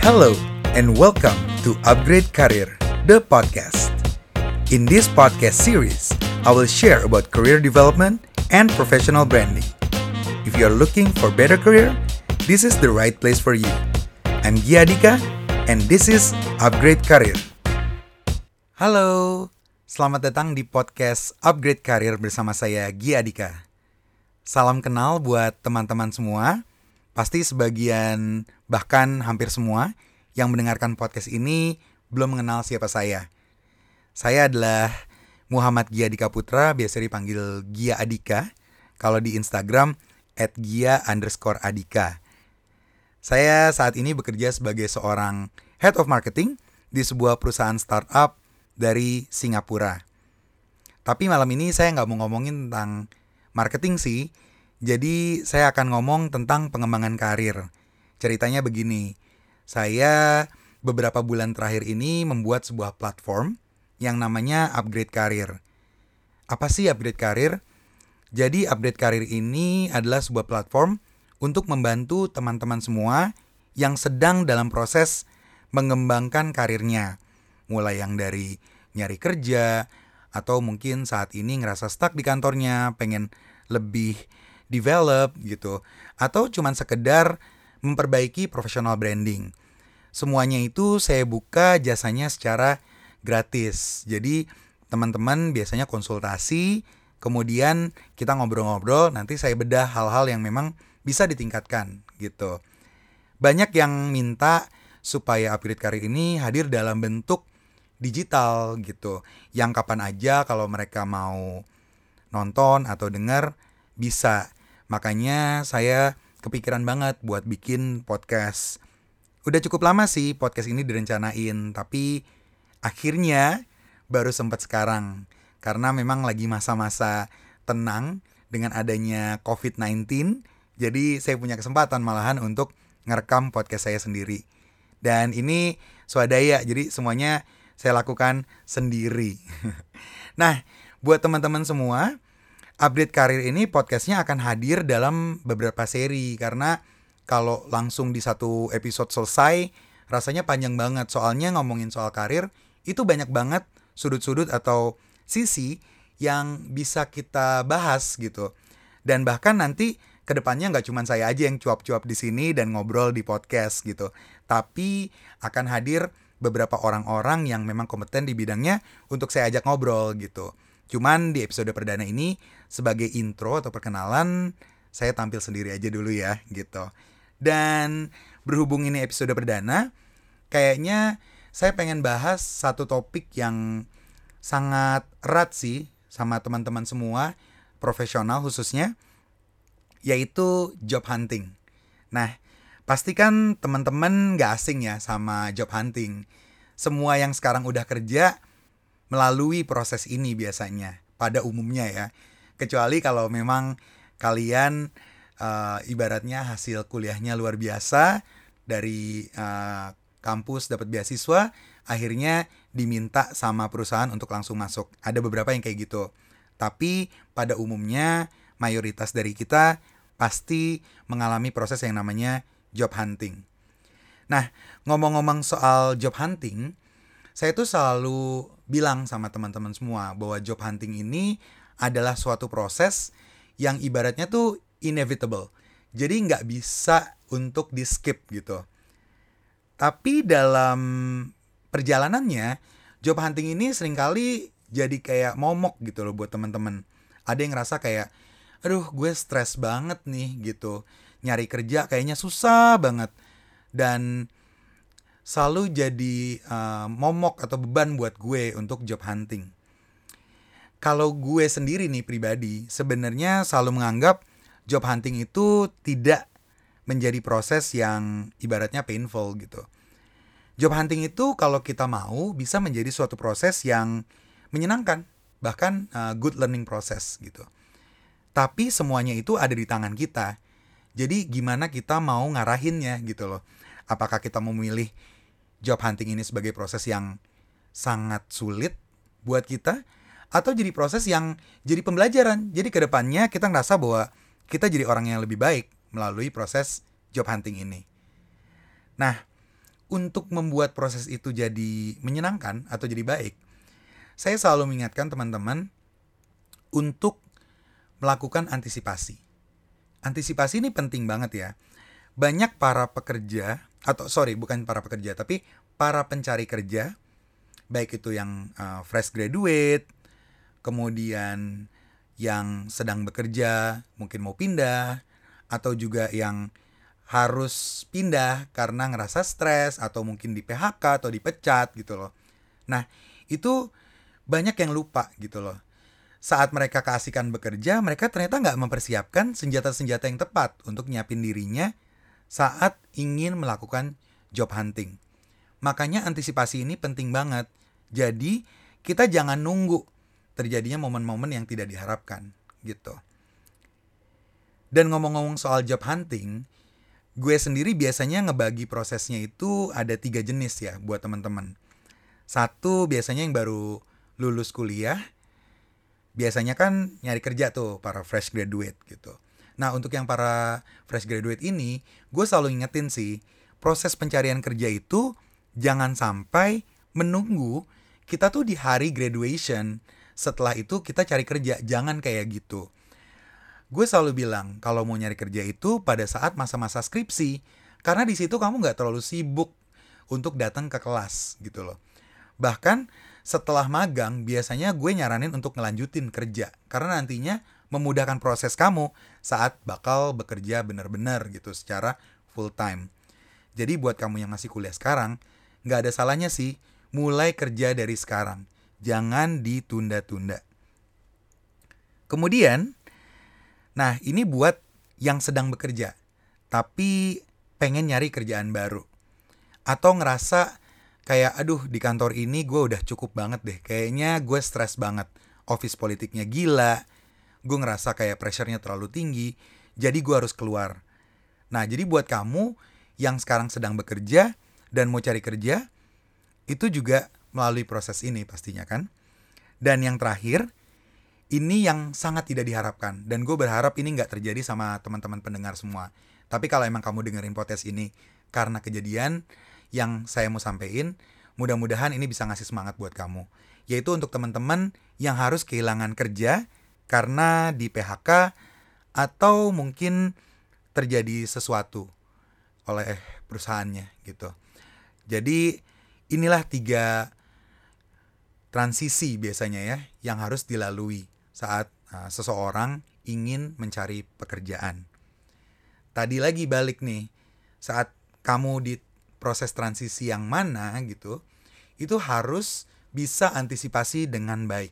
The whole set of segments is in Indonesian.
Hello and welcome to Upgrade Career, the podcast. In this podcast series, I will share about career development and professional branding. If you are looking for better career, this is the right place for you. I'm Gia Dika and this is Upgrade Career. Halo, selamat datang di podcast Upgrade Career bersama saya Gia Dika. Salam kenal buat teman-teman semua. Pasti sebagian, bahkan hampir semua yang mendengarkan podcast ini belum mengenal siapa saya. Saya adalah Muhammad Gia Dika Putra, biasa dipanggil Gia Adika. Kalau di Instagram, @gia_adika. Saya saat ini bekerja sebagai seorang Head of Marketing di sebuah perusahaan startup dari Singapura. Tapi malam ini saya nggak mau ngomongin tentang marketing sih. Jadi saya akan ngomong tentang pengembangan karir. Ceritanya begini, saya beberapa bulan terakhir ini membuat sebuah platform yang namanya Upgrade Career. Apa sih Upgrade Career? Jadi Upgrade Career ini adalah sebuah platform untuk membantu teman-teman semua yang sedang dalam proses mengembangkan karirnya. Mulai yang dari nyari kerja, atau mungkin saat ini ngerasa stuck di kantornya, pengen lebih develop gitu, atau cuman sekedar memperbaiki professional branding. Semuanya itu saya buka jasanya secara gratis. Jadi teman-teman biasanya konsultasi, kemudian kita ngobrol-ngobrol, nanti saya bedah hal-hal yang memang bisa ditingkatkan gitu. Banyak yang minta supaya Upgrade Career ini hadir dalam bentuk digital gitu, yang kapan aja kalau mereka mau nonton atau dengar bisa. Makanya saya kepikiran banget buat bikin podcast. Udah cukup lama sih podcast ini direncanain, tapi akhirnya baru sempat sekarang. Karena memang lagi masa-masa tenang dengan adanya COVID-19, jadi saya punya kesempatan malahan untuk ngerekam podcast saya sendiri. Dan ini swadaya, jadi semuanya saya lakukan sendiri. Nah, buat teman-teman semua, Upgrade Career ini podcastnya akan hadir dalam beberapa seri. Karena kalau langsung di satu episode selesai, rasanya panjang banget. Soalnya ngomongin soal karir, itu banyak banget sudut-sudut atau sisi yang bisa kita bahas gitu. Dan bahkan nanti kedepannya nggak cuma saya aja yang cuap-cuap di sini dan ngobrol di podcast gitu. Tapi akan hadir beberapa orang-orang yang memang kompeten di bidangnya untuk saya ajak ngobrol gitu. Cuman di episode perdana ini sebagai intro atau perkenalan, saya tampil sendiri aja dulu ya gitu. Dan berhubung ini episode perdana, kayaknya saya pengen bahas satu topik yang sangat erat sih sama teman-teman semua, profesional khususnya, yaitu job hunting. Nah, pastikan teman-teman gak asing ya sama job hunting. Semua yang sekarang udah kerja melalui proses ini biasanya, pada umumnya ya. Kecuali kalau memang kalian ibaratnya hasil kuliahnya luar biasa, dari kampus dapat beasiswa, akhirnya diminta sama perusahaan untuk langsung masuk. Ada beberapa yang kayak gitu. Tapi pada umumnya mayoritas dari kita pasti mengalami proses yang namanya job hunting. Nah, ngomong-ngomong soal job hunting, saya tuh selalu bilang sama teman-teman semua bahwa job hunting ini adalah suatu proses yang ibaratnya tuh inevitable. Jadi nggak bisa untuk di skip gitu. Tapi dalam perjalanannya, job hunting ini seringkali jadi kayak momok gitu loh buat teman-teman. Ada yang ngerasa kayak, aduh gue stres banget nih gitu. Nyari kerja kayaknya susah banget. Dan selalu jadi momok atau beban buat gue untuk job hunting. Kalau gue sendiri nih pribadi, sebenarnya selalu menganggap job hunting itu tidak menjadi proses yang ibaratnya painful gitu. Job hunting itu kalau kita mau bisa menjadi suatu proses yang menyenangkan, bahkan good learning process gitu. Tapi semuanya itu ada di tangan kita. Jadi gimana kita mau ngarahinnya gitu loh. Apakah kita mau memilih job hunting ini sebagai proses yang sangat sulit buat kita, atau jadi proses yang jadi pembelajaran. Jadi ke depannya kita ngerasa bahwa kita jadi orang yang lebih baik melalui proses job hunting ini. Nah, untuk membuat proses itu jadi menyenangkan atau jadi baik, saya selalu mengingatkan teman-teman untuk melakukan antisipasi. Antisipasi ini penting banget ya. Banyak para pekerja, bukan para pekerja, tapi para pencari kerja, baik itu yang fresh graduate, kemudian yang sedang bekerja, mungkin mau pindah, atau juga yang harus pindah karena ngerasa stres atau mungkin di PHK atau dipecat gitu loh. Nah, itu banyak yang lupa gitu loh. Saat mereka keasikan bekerja, mereka ternyata nggak mempersiapkan senjata-senjata yang tepat untuk nyiapin dirinya saat ingin melakukan job hunting. Makanya antisipasi ini penting banget. Jadi, kita jangan nunggu terjadinya momen-momen yang tidak diharapkan gitu. Dan ngomong-ngomong soal job hunting, gue sendiri biasanya ngebagi prosesnya itu ada 3 jenis ya buat teman-teman. Satu biasanya yang baru lulus kuliah, biasanya kan nyari kerja tuh para fresh graduate gitu. Nah untuk yang para fresh graduate ini, gue selalu ingetin sih, proses pencarian kerja itu jangan sampai menunggu kita tuh di hari graduation, setelah itu kita cari kerja, jangan kayak gitu. Gue selalu bilang kalau mau nyari kerja itu pada saat masa-masa skripsi, karena di situ kamu nggak terlalu sibuk untuk datang ke kelas gitu loh. Bahkan setelah magang biasanya gue nyaranin untuk ngelanjutin kerja, karena nantinya memudahkan proses kamu saat bakal bekerja benar-benar gitu secara full time. Jadi buat kamu yang masih kuliah sekarang, nggak ada salahnya sih mulai kerja dari sekarang. Jangan ditunda-tunda. Kemudian, nah ini buat yang sedang bekerja, tapi pengen nyari kerjaan baru. Atau ngerasa kayak, aduh di kantor ini gue udah cukup banget deh. Kayaknya gue stres banget. Office politiknya gila. Gue ngerasa kayak pressure-nya terlalu tinggi. Jadi gue harus keluar. Nah jadi buat kamu yang sekarang sedang bekerja dan mau cari kerja, itu juga melalui proses ini pastinya kan. Dan yang terakhir, ini yang sangat tidak diharapkan. Dan gue berharap ini gak terjadi sama teman-teman pendengar semua. Tapi kalau emang kamu dengerin podcast ini karena kejadian yang saya mau sampein, mudah-mudahan ini bisa ngasih semangat buat kamu. Yaitu untuk teman-teman yang harus kehilangan kerja karena di PHK atau mungkin terjadi sesuatu oleh perusahaannya gitu. Jadi inilah 3 transisi biasanya ya yang harus dilalui saat seseorang ingin mencari pekerjaan. Tadi lagi balik nih, saat kamu di proses transisi yang mana gitu, itu harus bisa antisipasi dengan baik.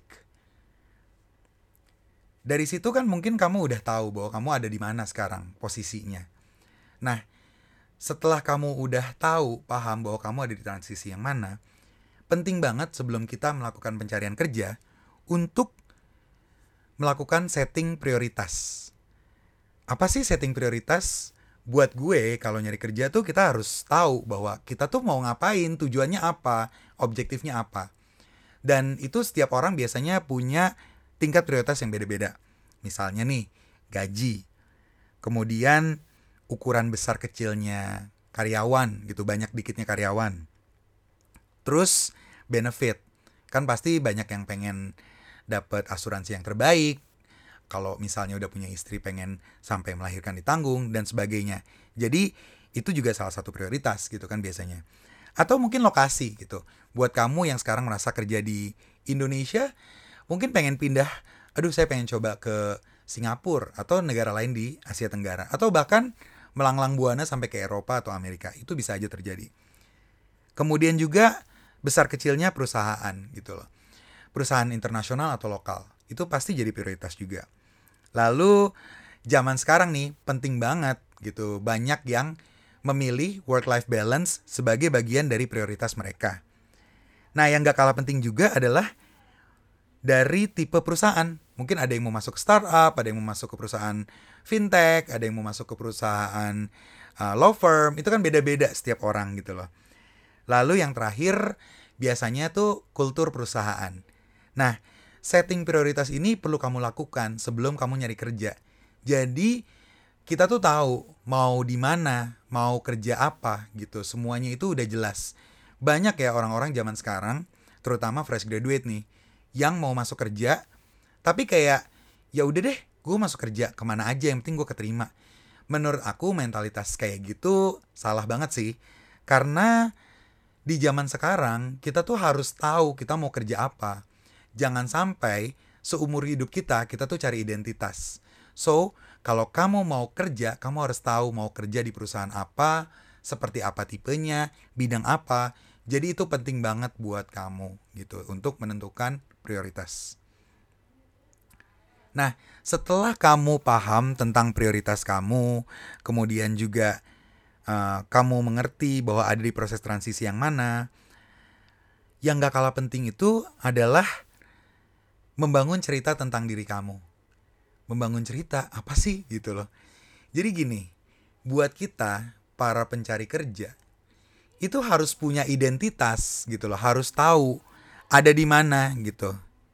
Dari situ kan mungkin kamu udah tahu bahwa kamu ada di mana sekarang posisinya. Nah, setelah kamu udah tahu, paham bahwa kamu ada di transisi yang mana, penting banget sebelum kita melakukan pencarian kerja untuk melakukan setting prioritas. Apa sih setting prioritas? Buat gue kalau nyari kerja tuh kita harus tahu bahwa kita tuh mau ngapain, tujuannya apa, objektifnya apa. Dan itu setiap orang biasanya punya tingkat prioritas yang beda-beda. Misalnya nih, gaji. Kemudian ukuran besar kecilnya karyawan gitu, banyak dikitnya karyawan. Terus benefit, kan pasti banyak yang pengen dapat asuransi yang terbaik. Kalau misalnya udah punya istri pengen sampai melahirkan ditanggung dan sebagainya. Jadi itu juga salah satu prioritas gitu kan biasanya. Atau mungkin lokasi gitu. Buat kamu yang sekarang merasa kerja di Indonesia, mungkin pengen pindah, aduh saya pengen coba ke Singapura atau negara lain di Asia Tenggara. Atau bahkan melanglang buana sampai ke Eropa atau Amerika. Itu bisa aja terjadi. Kemudian juga besar kecilnya perusahaan gitu loh. Perusahaan internasional atau lokal. Itu pasti jadi prioritas juga. Lalu zaman sekarang nih penting banget gitu. Banyak yang memilih work-life balance sebagai bagian dari prioritas mereka. Nah yang gak kalah penting juga adalah dari tipe perusahaan. Mungkin ada yang mau masuk ke startup, ada yang mau masuk ke perusahaan fintech, ada yang mau masuk ke perusahaan law firm. Itu kan beda-beda setiap orang gitu loh. Lalu yang terakhir biasanya tuh kultur perusahaan. Nah, setting prioritas ini perlu kamu lakukan sebelum kamu nyari kerja. Jadi, kita tuh tahu mau di mana, mau kerja apa gitu. Semuanya itu udah jelas. Banyak ya orang-orang zaman sekarang, terutama fresh graduate nih, yang mau masuk kerja, tapi kayak ya udah deh, gue masuk kerja kemana aja, yang penting gue keterima. Menurut aku mentalitas kayak gitu salah banget sih. Karena di zaman sekarang kita tuh harus tahu kita mau kerja apa. Jangan sampai seumur hidup kita tuh cari identitas. So, kalau kamu mau kerja, kamu harus tahu mau kerja di perusahaan apa, seperti apa tipenya, bidang apa. Jadi itu penting banget buat kamu gitu untuk menentukan prioritas. Nah, setelah kamu paham tentang prioritas kamu, kemudian juga kamu mengerti bahwa ada di proses transisi yang mana, yang gak kalah penting itu adalah membangun cerita tentang diri kamu. Membangun cerita apa sih gitu loh. Jadi gini, buat kita para pencari kerja itu harus punya identitas gitu loh, harus tahu ada di mana gitu.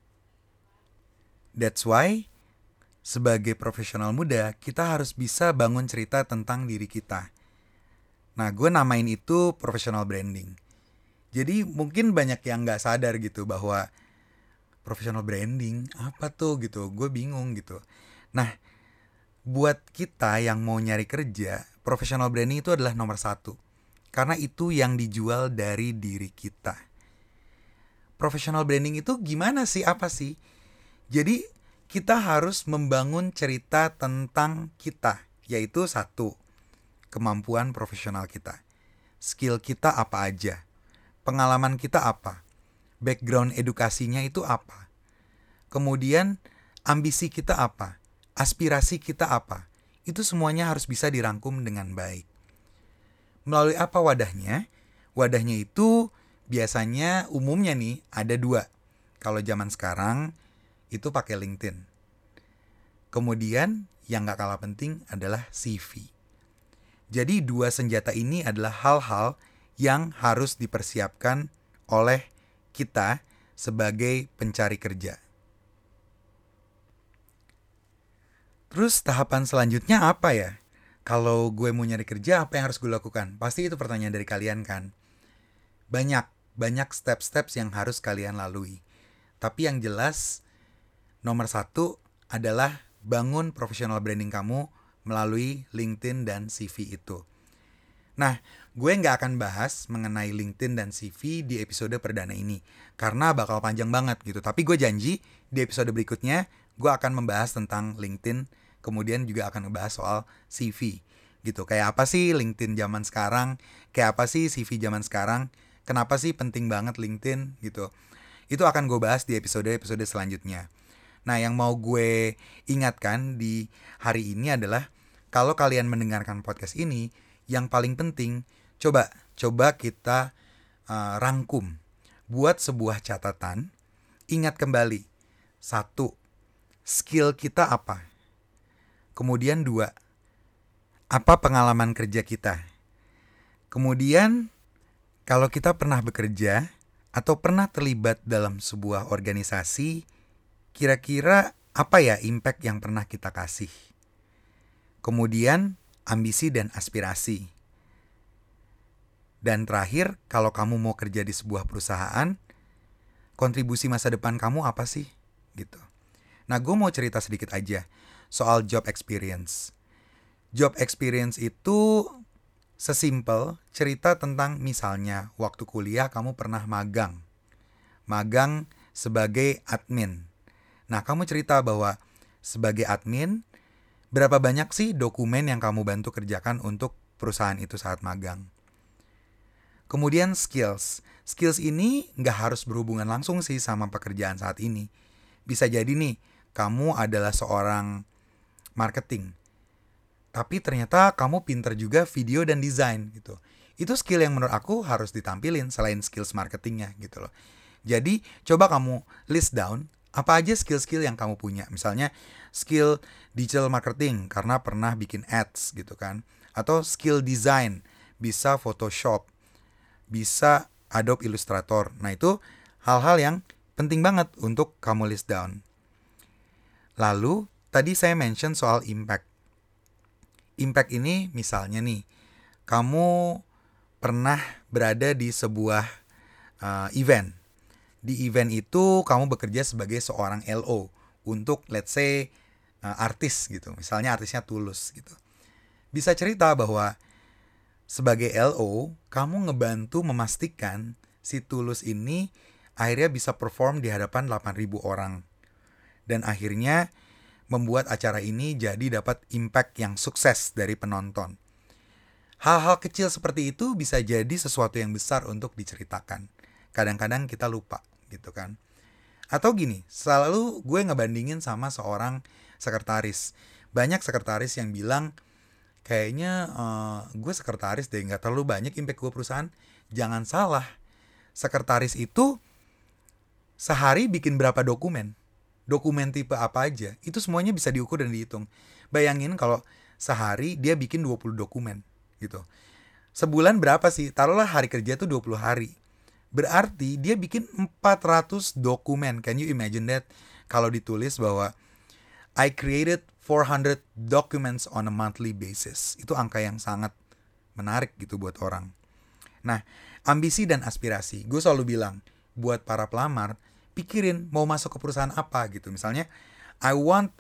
That's why sebagai profesional muda kita harus bisa bangun cerita tentang diri kita. Nah, gue namain itu professional branding. Jadi mungkin banyak yang gak sadar gitu bahwa professional branding apa tuh gitu, gue bingung gitu. Nah, buat kita yang mau nyari kerja, professional branding itu adalah nomor 1. Karena itu yang dijual dari diri kita. Professional branding itu gimana sih, apa sih? Jadi kita harus membangun cerita tentang kita, yaitu 1, kemampuan profesional kita. Skill kita apa aja? Pengalaman kita apa? Background edukasinya itu apa? Kemudian ambisi kita apa? Aspirasi kita apa? Itu semuanya harus bisa dirangkum dengan baik. Melalui apa wadahnya? Wadahnya itu biasanya umumnya nih ada 2. Kalau zaman sekarang itu pakai LinkedIn. Kemudian yang gak kalah penting adalah CV. Jadi 2 senjata ini adalah hal-hal yang harus dipersiapkan oleh kita sebagai pencari kerja. Terus tahapan selanjutnya apa ya? Kalau gue mau nyari kerja, apa yang harus gue lakukan? Pasti itu pertanyaan dari kalian kan? Banyak step-steps yang harus kalian lalui. Tapi yang jelas, nomor 1 adalah bangun professional branding kamu melalui LinkedIn dan CV itu. Nah, gue gak akan bahas mengenai LinkedIn dan CV di episode perdana ini, karena bakal panjang banget gitu. Tapi gue janji di episode berikutnya, gue akan membahas tentang LinkedIn, kemudian juga akan membahas soal CV gitu. Kayak apa sih LinkedIn zaman sekarang, kayak apa sih CV zaman sekarang, kenapa sih penting banget LinkedIn gitu. Itu akan gue bahas di episode-episode selanjutnya. Nah, yang mau gue ingatkan di hari ini adalah kalau kalian mendengarkan podcast ini, yang paling penting coba kita rangkum, buat sebuah catatan, ingat kembali. 1, skill kita apa? Kemudian 2, apa pengalaman kerja kita? Kemudian kalau kita pernah bekerja atau pernah terlibat dalam sebuah organisasi, kira-kira apa ya impact yang pernah kita kasih? Kemudian ambisi dan aspirasi. Dan terakhir, kalau kamu mau kerja di sebuah perusahaan, kontribusi masa depan kamu apa sih? Gitu. Nah, gue mau cerita sedikit aja soal job experience. Job experience itu sesimpel cerita tentang misalnya waktu kuliah kamu pernah magang sebagai admin. Nah, kamu cerita bahwa sebagai admin, berapa banyak sih dokumen yang kamu bantu kerjakan untuk perusahaan itu saat magang. Kemudian skills. Skills ini nggak harus berhubungan langsung sih sama pekerjaan saat ini. Bisa jadi nih, kamu adalah seorang marketing, tapi ternyata kamu pinter juga video dan desain gitu. Itu skill yang menurut aku harus ditampilin selain skills marketingnya gitu loh. Jadi coba kamu list down apa aja skill-skill yang kamu punya. Misalnya skill digital marketing karena pernah bikin ads gitu kan. Atau skill design, bisa Photoshop, bisa Adobe Illustrator. Nah, itu hal-hal yang penting banget untuk kamu list down. Lalu tadi saya mention soal impact. Impact ini misalnya nih, kamu pernah berada di sebuah event. Di event itu kamu bekerja sebagai seorang LO untuk let's say artis gitu. Misalnya artisnya Tulus gitu. Bisa cerita bahwa sebagai LO, kamu ngebantu memastikan si Tulus ini akhirnya bisa perform di hadapan 8.000 orang. Dan akhirnya membuat acara ini jadi dapat impact yang sukses dari penonton. Hal-hal kecil seperti itu bisa jadi sesuatu yang besar untuk diceritakan. Kadang-kadang kita lupa gitu kan. Atau gini, selalu gue ngebandingin sama seorang sekretaris. Banyak sekretaris yang bilang, kayaknya gue sekretaris deh, gak terlalu banyak impact gue perusahaan. Jangan salah, sekretaris itu sehari bikin berapa dokumen tipe apa aja, itu semuanya bisa diukur dan dihitung. Bayangin kalau sehari dia bikin 20 dokumen gitu. Sebulan berapa sih? Taruhlah hari kerja tuh 20 hari. Berarti dia bikin 400 dokumen. Can you imagine that? Kalau ditulis bahwa I created 400 documents on a monthly basis. Itu angka yang sangat menarik gitu buat orang. Nah, ambisi dan aspirasi. Gue selalu bilang, buat para pelamar, pikirin mau masuk ke perusahaan apa gitu. Misalnya, I want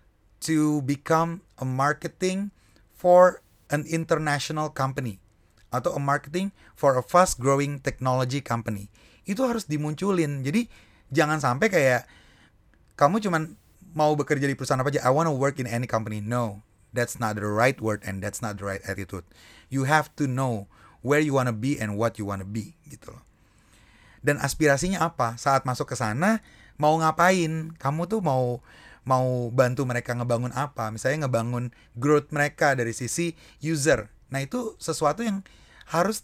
to become a marketing for an international company. Atau a marketing for a fast growing technology company. Itu harus dimunculin. Jadi, jangan sampai kayak kamu cuman mau bekerja di perusahaan apa aja, I want to work in any company. No, that's not the right word and that's not the right attitude. You have to know where you want to be and what you want to be gitu loh. Dan aspirasinya apa? Saat masuk ke sana mau ngapain? Kamu tuh mau bantu mereka ngebangun apa? Misalnya ngebangun growth mereka dari sisi user. Nah, itu sesuatu yang harus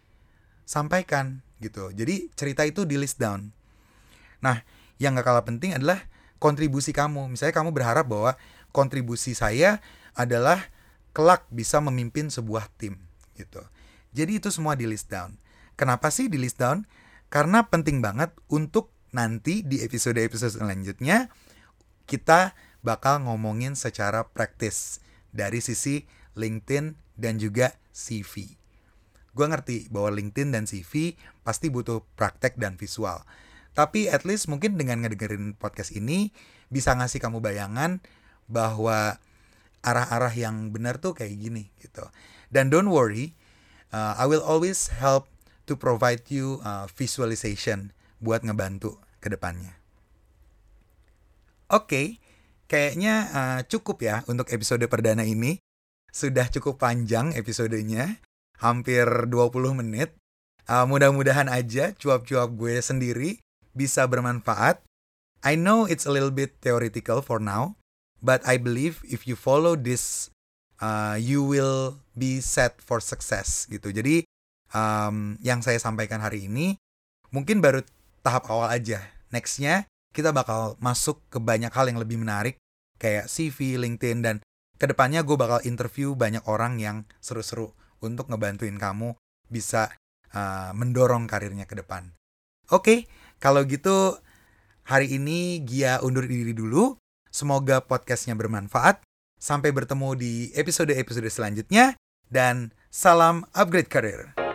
disampaikan gitu. Jadi cerita itu di list down. Nah, yang gak kalah penting adalah kontribusi kamu. Misalnya kamu berharap bahwa kontribusi saya adalah kelak bisa memimpin sebuah tim gitu. Jadi itu semua di list down. Kenapa sih di list down? Karena penting banget untuk nanti di episode-episode selanjutnya kita bakal ngomongin secara praktis dari sisi LinkedIn dan juga CV. Gue ngerti bahwa LinkedIn dan CV pasti butuh praktek dan visual. Tapi at least mungkin dengan ngedengerin podcast ini bisa ngasih kamu bayangan bahwa arah-arah yang benar tuh kayak gini gitu. Dan don't worry, I will always help to provide you visualization buat ngebantu ke depannya. Oke, kayaknya cukup ya untuk episode perdana ini. Sudah cukup panjang episodenya, hampir 20 menit. Mudah-mudahan aja cuap-cuap gue sendiri bisa bermanfaat. I know it's a little bit theoretical for now, but I believe if you follow this, you will be set for success gitu. Jadi yang saya sampaikan hari ini mungkin baru tahap awal aja. Nextnya kita bakal masuk ke banyak hal yang lebih menarik kayak CV, LinkedIn, dan kedepannya gue bakal interview banyak orang yang seru-seru untuk ngebantuin kamu bisa mendorong karirnya ke depan. Oke, kalau gitu hari ini Gia undur diri dulu. Semoga podcastnya bermanfaat. Sampai bertemu di episode-episode selanjutnya. Dan salam upgrade karir.